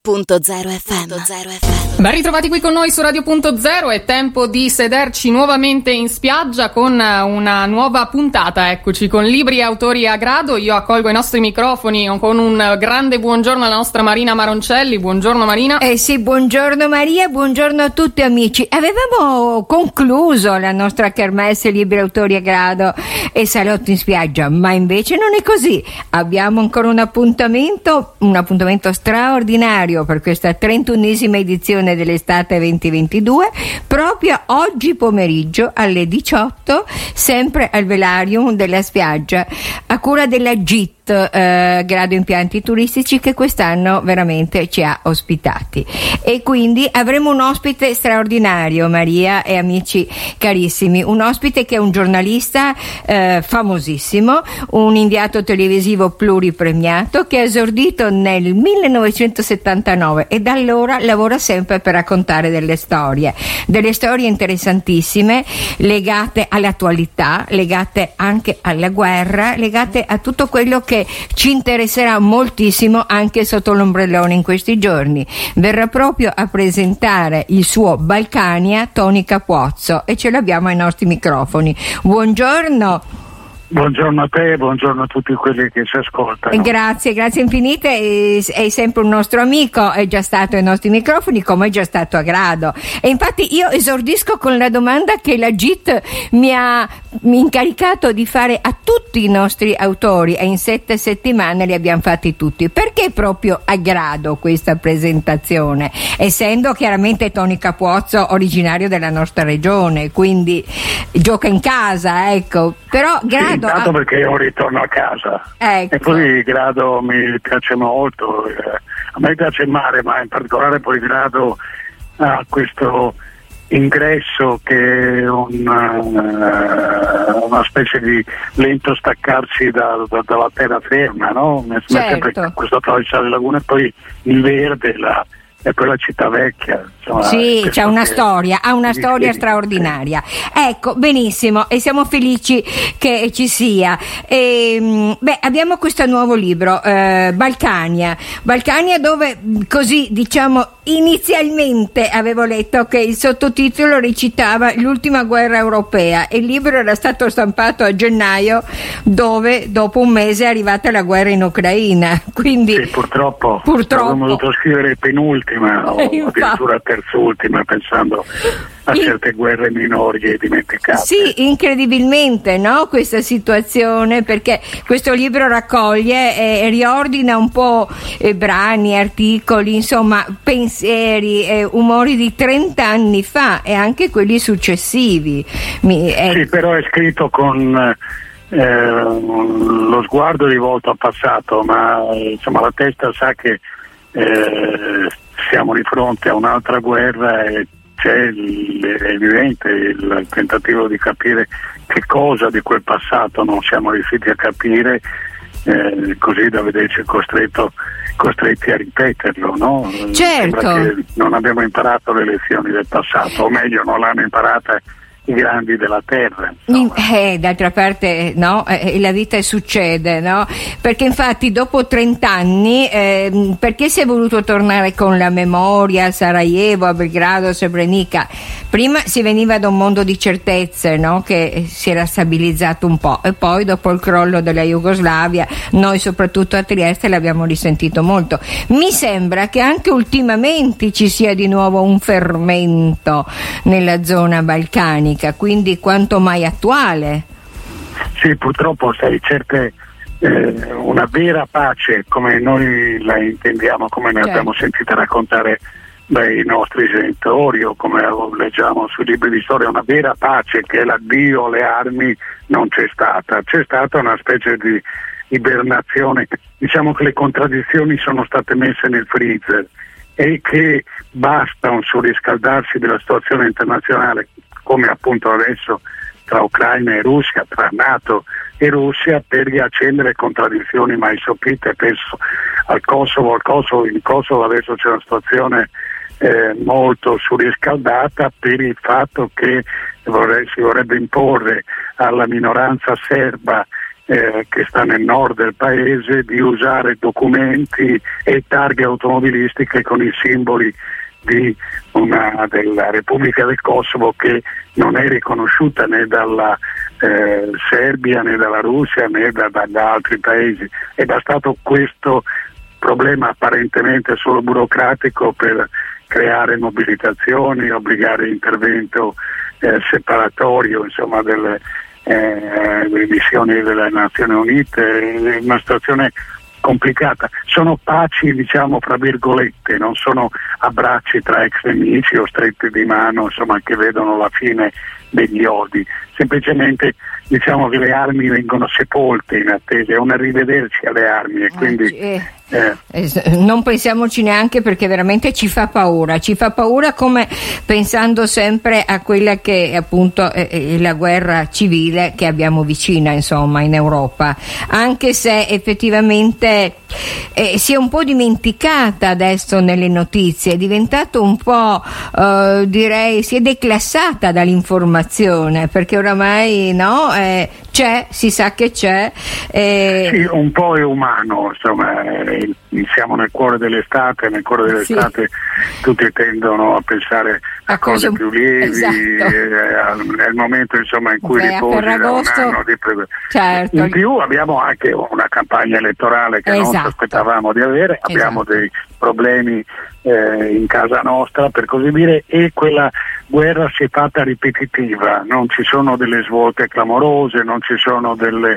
Ben ritrovati qui con noi su Radio.0, è tempo di sederci nuovamente in spiaggia con una nuova puntata, eccoci, con libri e autori a grado. Io accolgo i nostri microfoni con un grande buongiorno alla nostra Marina Maroncelli. Buongiorno Marina. Sì, buongiorno Maria, buongiorno a tutti amici. Avevamo concluso la nostra kermesse libri e autori a grado e salotti in spiaggia, ma invece non è così. Abbiamo ancora un appuntamento straordinario per questa 31esima edizione dell'estate 2022, proprio oggi pomeriggio alle 18, sempre al Velarium della spiaggia, a cura della GIT, Grado Impianti Turistici, che quest'anno veramente ci ha ospitati. E quindi avremo un ospite straordinario, Maria e amici carissimi, un ospite che è un giornalista famosissimo, un inviato televisivo pluripremiato che ha esordito nel 1979 e da allora lavora sempre per raccontare delle storie interessantissime, legate all'attualità, legate anche alla guerra, legate a tutto quello che ci interesserà moltissimo anche sotto l'ombrellone in questi giorni. Verrà proprio a presentare il suo Balcania Tony Capuozzo e ce l'abbiamo ai nostri microfoni. Buongiorno. Buongiorno a te, buongiorno a tutti quelli che ci ascoltano. Grazie infinite, è sempre un nostro amico, è già stato ai nostri microfoni come è già stato a grado. E infatti io esordisco con la domanda che la GIT mi ha incaricato di fare a tutti i nostri autori e in 7 settimane li abbiamo fatti tutti. Perché proprio a grado questa presentazione? Essendo chiaramente Tony Capuozzo originario della nostra regione, quindi gioca in casa, ecco, però grado. Intanto perché io ritorno a casa, ecco. E poi Grado mi piace molto, a me piace il mare, ma in particolare poi Grado ha questo ingresso che è una specie di lento staccarsi dalla terraferma, no? Certo. Sempre questo attraversare le lagune e poi il verde, e poi la città vecchia, insomma, sì, c'è una storia, ha una storia straordinaria. Ecco, benissimo, e siamo felici che ci sia. Abbiamo questo nuovo libro, Balcania, dove così diciamo inizialmente avevo letto che il sottotitolo recitava L'ultima guerra europea e il libro era stato stampato a gennaio, dove dopo un mese è arrivata la guerra in Ucraina, quindi sì, purtroppo avremmo dovuto scrivere penultima o addirittura terzultima, pensando a certe guerre minori e dimenticate. Sì, incredibilmente, no? Questa situazione, perché questo libro raccoglie e riordina un po' brani, articoli, insomma, pensieri, umori di 30 anni fa e anche quelli successivi. Sì, però è scritto con lo sguardo rivolto al passato, ma insomma la testa sa che siamo di fronte a un'altra guerra e c'è è evidente il tentativo di capire che cosa di quel passato non siamo riusciti a capire, così da vederci costretti a ripeterlo, no? Certo. Sembra che non abbiamo imparato le lezioni del passato, o meglio non l'hanno imparata i grandi della terra. D'altra parte no, la vita succede, no? Perché infatti dopo 30 anni perché si è voluto tornare con la memoria a Sarajevo, a Belgrado, a Srebrenica? Prima si veniva da un mondo di certezze, no? Che si era stabilizzato un po', e poi dopo il crollo della Jugoslavia noi soprattutto a Trieste l'abbiamo risentito molto. Mi sembra che anche ultimamente ci sia di nuovo un fermento nella zona balcanica, quindi quanto mai attuale. Sì, purtroppo una vera pace come noi la intendiamo, come ne abbiamo sentito raccontare dai nostri genitori o come leggiamo sui libri di storia, una vera pace che è l'addio alle armi non c'è stata una specie di ibernazione, diciamo che le contraddizioni sono state messe nel freezer e che basta un surriscaldarsi della situazione internazionale come appunto adesso tra Ucraina e Russia, tra NATO e Russia, per riaccendere contraddizioni mai sopite. Penso al Kosovo, in Kosovo adesso c'è una situazione molto surriscaldata per il fatto che si vorrebbe imporre alla minoranza serba che sta nel nord del paese di usare documenti e targhe automobilistiche con i simboli della Repubblica del Kosovo, che non è riconosciuta né dalla Serbia né dalla Russia né da altri paesi. È bastato questo problema apparentemente solo burocratico per creare mobilitazioni, obbligare intervento separatorio, insomma, delle missioni delle Nazioni Unite. È una situazione complicata. Sono paci, diciamo, fra virgolette, non sono abbracci tra ex nemici o stretti di mano, insomma, che vedono la fine degli odi. Semplicemente diciamo che le armi vengono sepolte in attesa, è un arrivederci alle armi, e quindi non pensiamoci neanche, perché veramente ci fa paura come pensando sempre a quella che appunto è la guerra civile che abbiamo vicina, insomma, in Europa, anche se effettivamente si è un po' dimenticata adesso nelle notizie, è diventato un po' direi, si è declassata dall'informazione, perché oramai c'è, si sa che c'è. Sì, un po' è umano, insomma, siamo nel cuore dell'estate, tutti tendono a pensare a cose più lievi, esatto. Nel momento, insomma, in cui riposi da un anno di certo. In più abbiamo anche una campagna elettorale che non ci aspettavamo di avere, abbiamo dei problemi in casa nostra, per così dire, e quella guerra si è fatta ripetitiva, non ci sono delle svolte clamorose, non ci sono delle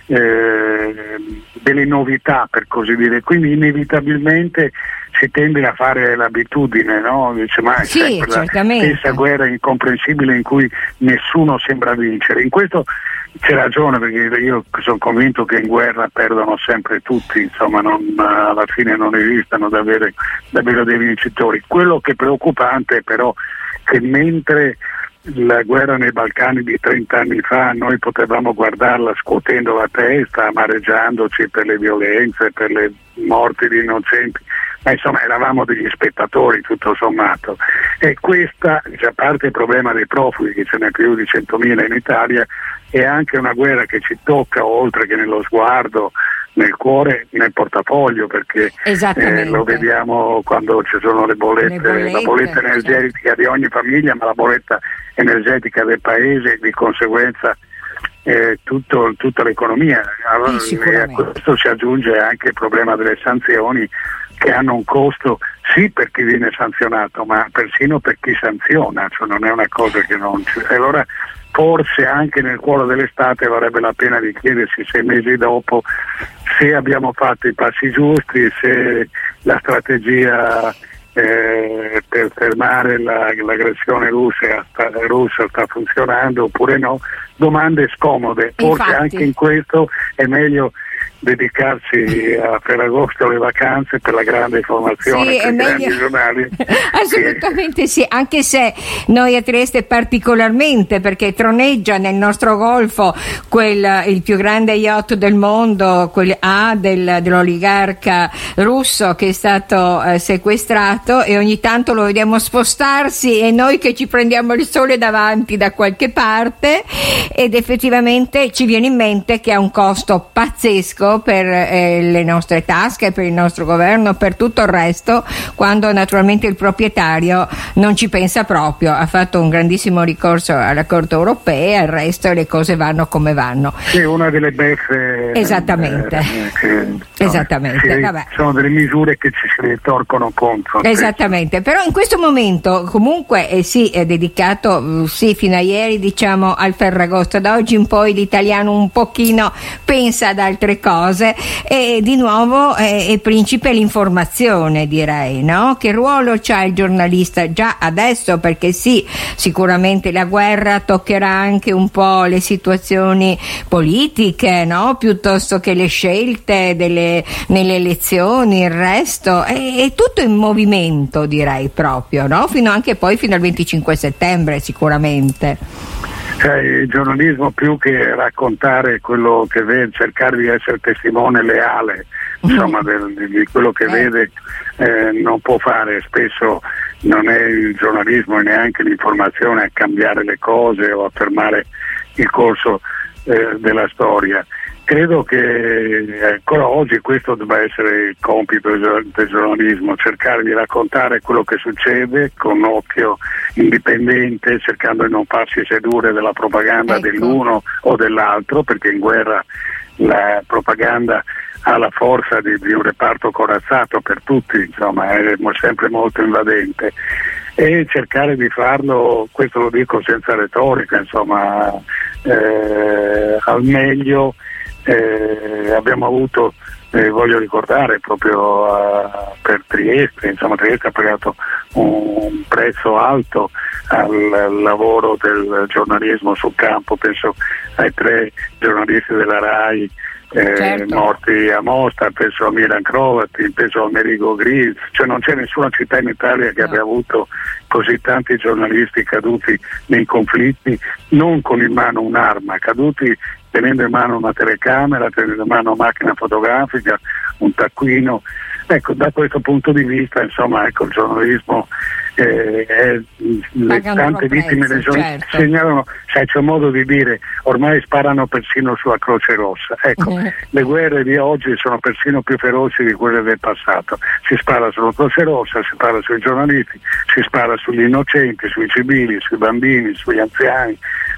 novità, per così dire, quindi inevitabilmente si tende a fare l'abitudine, no? Dice, ma sì, è la stessa guerra incomprensibile in cui nessuno sembra vincere. In questo c'è ragione, perché io sono convinto che in guerra perdono sempre tutti, insomma, alla fine non esistono davvero dei vincitori. Quello che è preoccupante però che mentre la guerra nei Balcani di 30 anni fa noi potevamo guardarla scuotendo la testa, amareggiandoci per le violenze, per le morti di innocenti, ma insomma eravamo degli spettatori tutto sommato, e questa, a parte il problema dei profughi, che ce n'è più di 100.000 in Italia, è anche una guerra che ci tocca oltre che nello sguardo, nel cuore, nel portafoglio, perché lo vediamo quando ci sono le bollette, la bolletta energetica di ogni famiglia, ma la bolletta energetica del paese, e di conseguenza tutta l'economia. Allora, a questo si aggiunge anche il problema delle sanzioni, che hanno un costo sì per chi viene sanzionato, ma persino per chi sanziona, cioè non è una cosa che non c'è. Allora forse anche nel cuore dell'estate varrebbe la pena di chiedersi 6 mesi dopo se abbiamo fatto i passi giusti, se la strategia per fermare l'aggressione russa sta funzionando oppure no. Domande scomode, forse anche in questo è meglio dedicarsi a Ferragosto alle vacanze per la grande informazione, per i grandi giornali. Assolutamente sì, anche se noi a Trieste particolarmente, perché troneggia nel nostro golfo il più grande yacht del mondo, dell'oligarca russo, che è stato sequestrato, e ogni tanto lo vediamo spostarsi e noi che ci prendiamo il sole davanti da qualche parte, ed effettivamente ci viene in mente che ha un costo pazzesco per le nostre tasche, per il nostro governo, per tutto il resto, quando naturalmente il proprietario non ci pensa proprio, ha fatto un grandissimo ricorso alla Corte europea, il resto le cose vanno come vanno. Sì, una delle beffe. Esattamente. Vabbè. Sono delle misure che ci si ritorcono contro. Esattamente, però in questo momento comunque è dedicato fino a ieri, diciamo, al Ferragosto. Da oggi in poi l'italiano un pochino pensa ad altre cose, e di nuovo è principe l'informazione, direi, no? Che ruolo c'ha il giornalista già adesso? Perché sì, sicuramente la guerra toccherà anche un po' le situazioni politiche, no? Piuttosto che le scelte nelle elezioni, il resto è tutto in movimento, direi, proprio, no? Fino al 25 settembre sicuramente. Il giornalismo, più che raccontare quello che vede, cercare di essere testimone leale, insomma, di quello che vede, non può fare. Spesso non è il giornalismo e neanche l'informazione a cambiare le cose o a fermare il corso della storia. credo che ancora oggi questo debba essere il compito del giornalismo, cercare di raccontare quello che succede con un occhio indipendente, cercando di non farsi sedurre dalla propaganda dell'uno o dell'altro, perché in guerra la propaganda ha la forza di un reparto corazzato per tutti, insomma, è sempre molto invadente, e cercare di farlo, questo lo dico senza retorica, insomma, al meglio. Abbiamo avuto, voglio ricordare proprio per Trieste, insomma Trieste ha pagato un prezzo alto al lavoro del giornalismo sul campo, penso ai 3 giornalisti della RAI morti a Mostar, penso a Milan Crovatin, penso a Amerigo Gris, cioè non c'è nessuna città in Italia che abbia avuto così tanti giornalisti caduti nei conflitti, non con in mano un'arma, caduti tenendo in mano una telecamera, tenendo in mano una macchina fotografica, un taccuino. Ecco, da questo punto di vista, insomma, ecco, il giornalismo, le tante vittime dei giornalisti segnalano, sai, c'è un modo di dire, ormai sparano persino sulla Croce Rossa. Ecco, le guerre di oggi sono persino più feroci di quelle del passato. Si spara sulla Croce Rossa, si spara sui giornalisti, si spara sugli innocenti, sui civili, sui bambini, sugli anziani.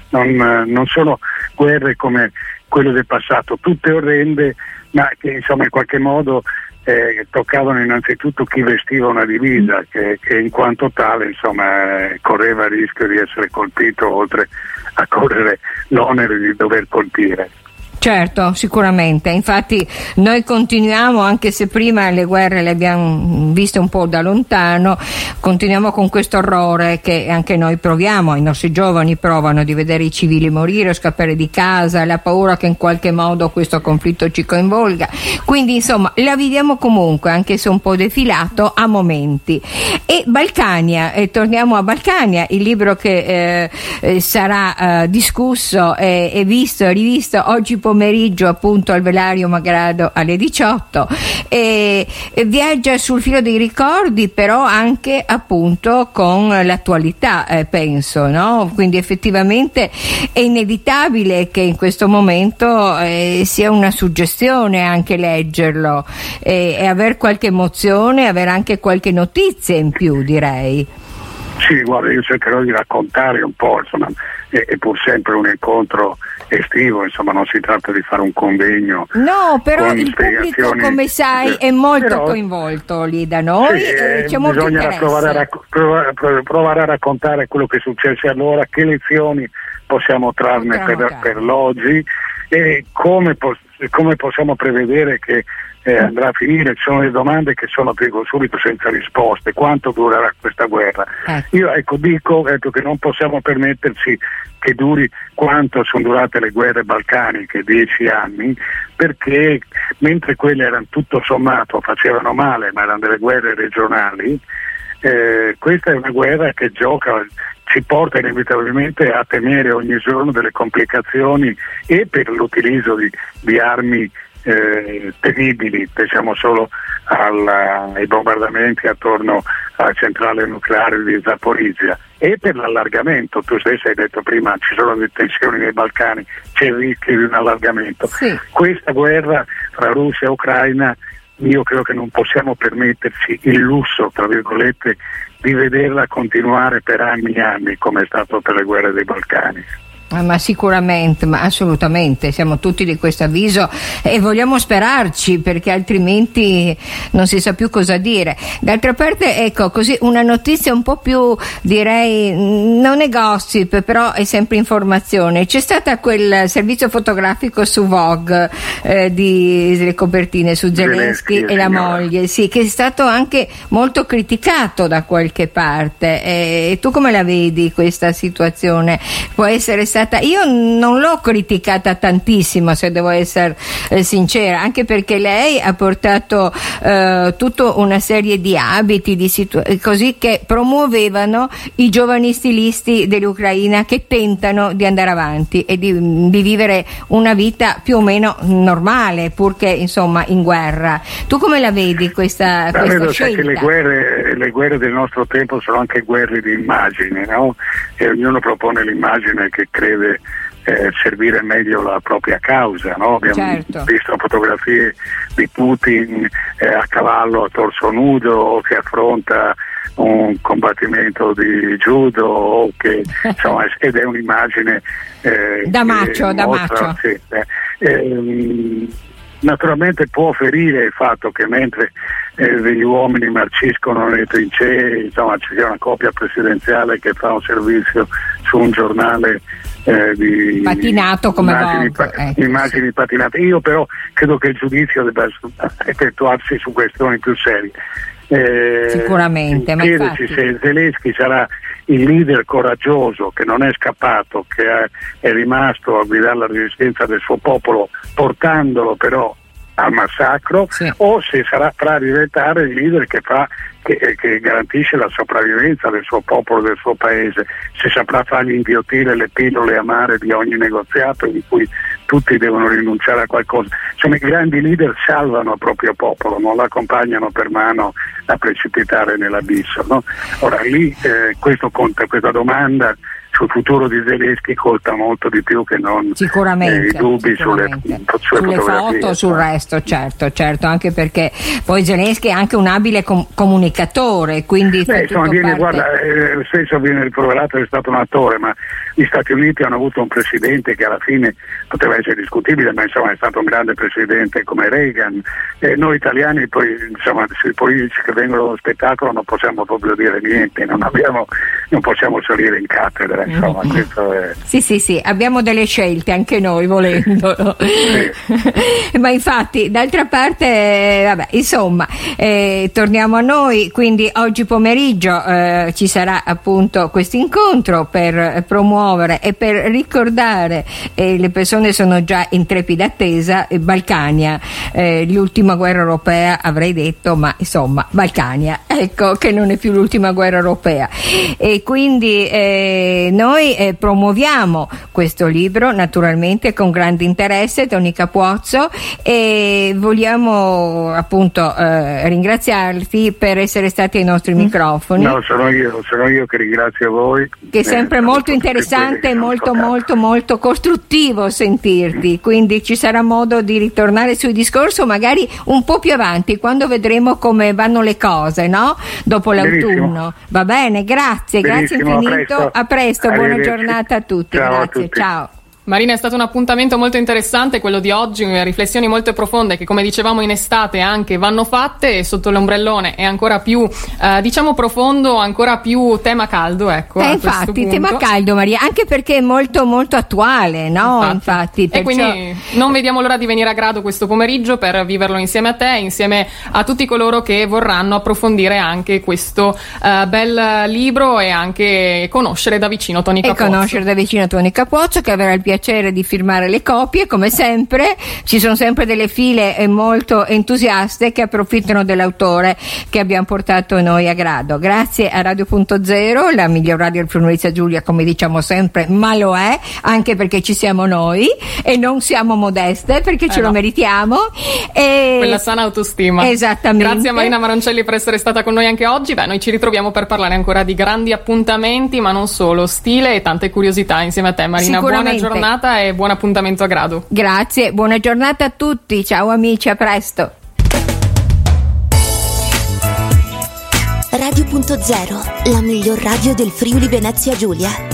Non sono guerre come quelle del passato, tutte orrende, ma che insomma in qualche modo toccavano innanzitutto chi vestiva una divisa, che in quanto tale insomma correva il rischio di essere colpito, oltre a correre l'onere di dover colpire. Certo, sicuramente, infatti noi continuiamo, anche se prima le guerre le abbiamo viste un po' da lontano, continuiamo con questo orrore che anche noi proviamo, i nostri giovani provano, di vedere i civili morire o scappare di casa, la paura che in qualche modo questo conflitto ci coinvolga, quindi insomma la viviamo comunque, anche se un po' defilato a momenti. E Balcania, torniamo a Balcania, il libro che sarà discusso e visto e rivisto oggi pomeriggio appunto al Velario Magrado alle 18, e viaggia sul filo dei ricordi, però anche appunto con l'attualità, penso, no? Quindi effettivamente è inevitabile che in questo momento sia una suggestione anche leggerlo e aver qualche emozione, avere anche qualche notizia in più, direi. Sì, guarda, io cercherò di raccontare un po', insomma, è pur sempre un incontro estivo, insomma non si tratta di fare un convegno. No, però il pubblico, come sai, è molto coinvolto lì da noi, sì, c'è molto interesse. Bisogna provare a raccontare quello che successe allora, che lezioni possiamo trarne per l'oggi, e come possiamo prevedere che andrà a finire. Ci sono le domande che sono, dico subito, senza risposte. Quanto durerà questa guerra? Io dico che non possiamo permetterci che duri quanto sono durate le guerre balcaniche, 10 anni, perché mentre quelle erano tutto sommato, facevano male, ma erano delle guerre regionali, questa è una guerra che ci porta inevitabilmente a temere ogni giorno delle complicazioni, e per l'utilizzo di armi terribili, pensiamo solo ai bombardamenti attorno alla centrale nucleare di Zaporizia, e per l'allargamento. Tu stessa hai detto prima, ci sono le tensioni nei Balcani, c'è il rischio di un allargamento. Sì. Questa guerra fra Russia e Ucraina, io credo che non possiamo permetterci il lusso, tra virgolette, di vederla continuare per anni e anni, come è stato per le guerre dei Balcani. Ma sicuramente, ma assolutamente, siamo tutti di questo avviso e vogliamo sperarci, perché altrimenti non si sa più cosa dire. D'altra parte, ecco, così una notizia un po' più, direi, non è gossip, però è sempre informazione. C'è stata quel servizio fotografico su Vogue le copertine su Zelensky e la moglie, sì, che è stato anche molto criticato da qualche parte. E tu come la vedi questa situazione? Può essere stata, io non l'ho criticata tantissimo, se devo essere sincera, anche perché lei ha portato tutta una serie di abiti, così, che promuovevano i giovani stilisti dell'Ucraina che tentano di andare avanti e di vivere una vita più o meno normale, purché insomma in guerra. Tu come la vedi questa scelta? Che le guerre del nostro tempo sono anche guerre di immagine, no? E ognuno propone l'immagine che crede servire meglio la propria causa, no? Abbiamo visto fotografie di Putin a cavallo a torso nudo, che affronta un combattimento di judo, che insomma, ed è un'immagine da macho. Naturalmente può ferire il fatto che mentre degli uomini marciscono nelle trincee, insomma, ci sia una coppia presidenziale che fa un servizio su un giornale di patinato come immagini patinate. Io però credo che il giudizio debba effettuarsi su questioni più serie. Sicuramente, ma chiederci se Zelensky sarà il leader coraggioso che non è scappato, che è rimasto a guidare la resistenza del suo popolo, portandolo però al massacro, o se farà diventare il leader che garantisce la sopravvivenza del suo popolo, del suo paese, se saprà fargli inghiottire le pillole amare di ogni negoziato in cui tutti devono rinunciare a qualcosa. Insomma, i grandi leader salvano il proprio popolo, non l'accompagnano per mano a precipitare nell'abisso, no? Ora lì questo conta, questa domanda sul futuro di Zelensky conta molto di più che non i dubbi sulle foto, sul resto, certo, anche perché poi Zelensky è anche un abile comunicatore, quindi guarda, spesso viene riproverato che è stato un attore, ma gli Stati Uniti hanno avuto un presidente che alla fine poteva essere discutibile, ma insomma è stato un grande presidente come Reagan. Noi italiani poi insomma sui politici che vengono allo spettacolo non possiamo proprio dire niente, non possiamo salire in cattedra. Insomma, questo è... Sì, abbiamo delle scelte anche noi volendo. Ma infatti, d'altra parte, torniamo a noi, quindi oggi pomeriggio ci sarà appunto questo incontro per promuovere e per ricordare, le persone sono già in trepida attesa, Balcania, l'ultima guerra europea avrei detto, ma insomma Balcania, ecco, che non è più l'ultima guerra europea, e quindi noi promuoviamo questo libro naturalmente con grande interesse, Tony Cappuozzo, e vogliamo appunto ringraziarti per essere stati ai nostri microfoni. No, sono io che ringrazio voi, che è sempre molto interessante e molto costruttivo sentirti, quindi ci sarà modo di ritornare sul discorso magari un po' più avanti, quando vedremo come vanno le cose, no? Dopo l'autunno. Benissimo. Va bene, grazie infinito, a presto, buona giornata a tutti. Grazie, ciao. Marina, è stato un appuntamento molto interessante quello di oggi, riflessioni molto profonde che, come dicevamo, in estate anche vanno fatte, e sotto l'ombrellone è ancora più profondo, ancora più tema caldo, ecco. Infatti, tema caldo, Maria, anche perché è molto attuale, no? Infatti perciò... E quindi non vediamo l'ora di venire a Grado questo pomeriggio per viverlo insieme a te, insieme a tutti coloro che vorranno approfondire anche questo bel libro e anche conoscere da vicino Tony Cappuozzo, che avrà il piacere di firmare le copie, come sempre. Ci sono sempre delle file molto entusiaste che approfittano dell'autore che abbiamo portato noi a Grado. Grazie a Radio.0, la miglior radio del Friuli Venezia Giulia, come diciamo sempre, ma lo è anche perché ci siamo noi e non siamo modeste, perché ce lo meritiamo, e quella sana autostima. Esattamente. Grazie a Marina Maroncelli per essere stata con noi anche oggi. Noi ci ritroviamo per parlare ancora di grandi appuntamenti, ma non solo, stile e tante curiosità insieme a te, Marina. Buona giornata e buon appuntamento a Grado. Grazie, buona giornata a tutti, ciao amici, a presto. Radio.0, la miglior radio del Friuli Venezia Giulia.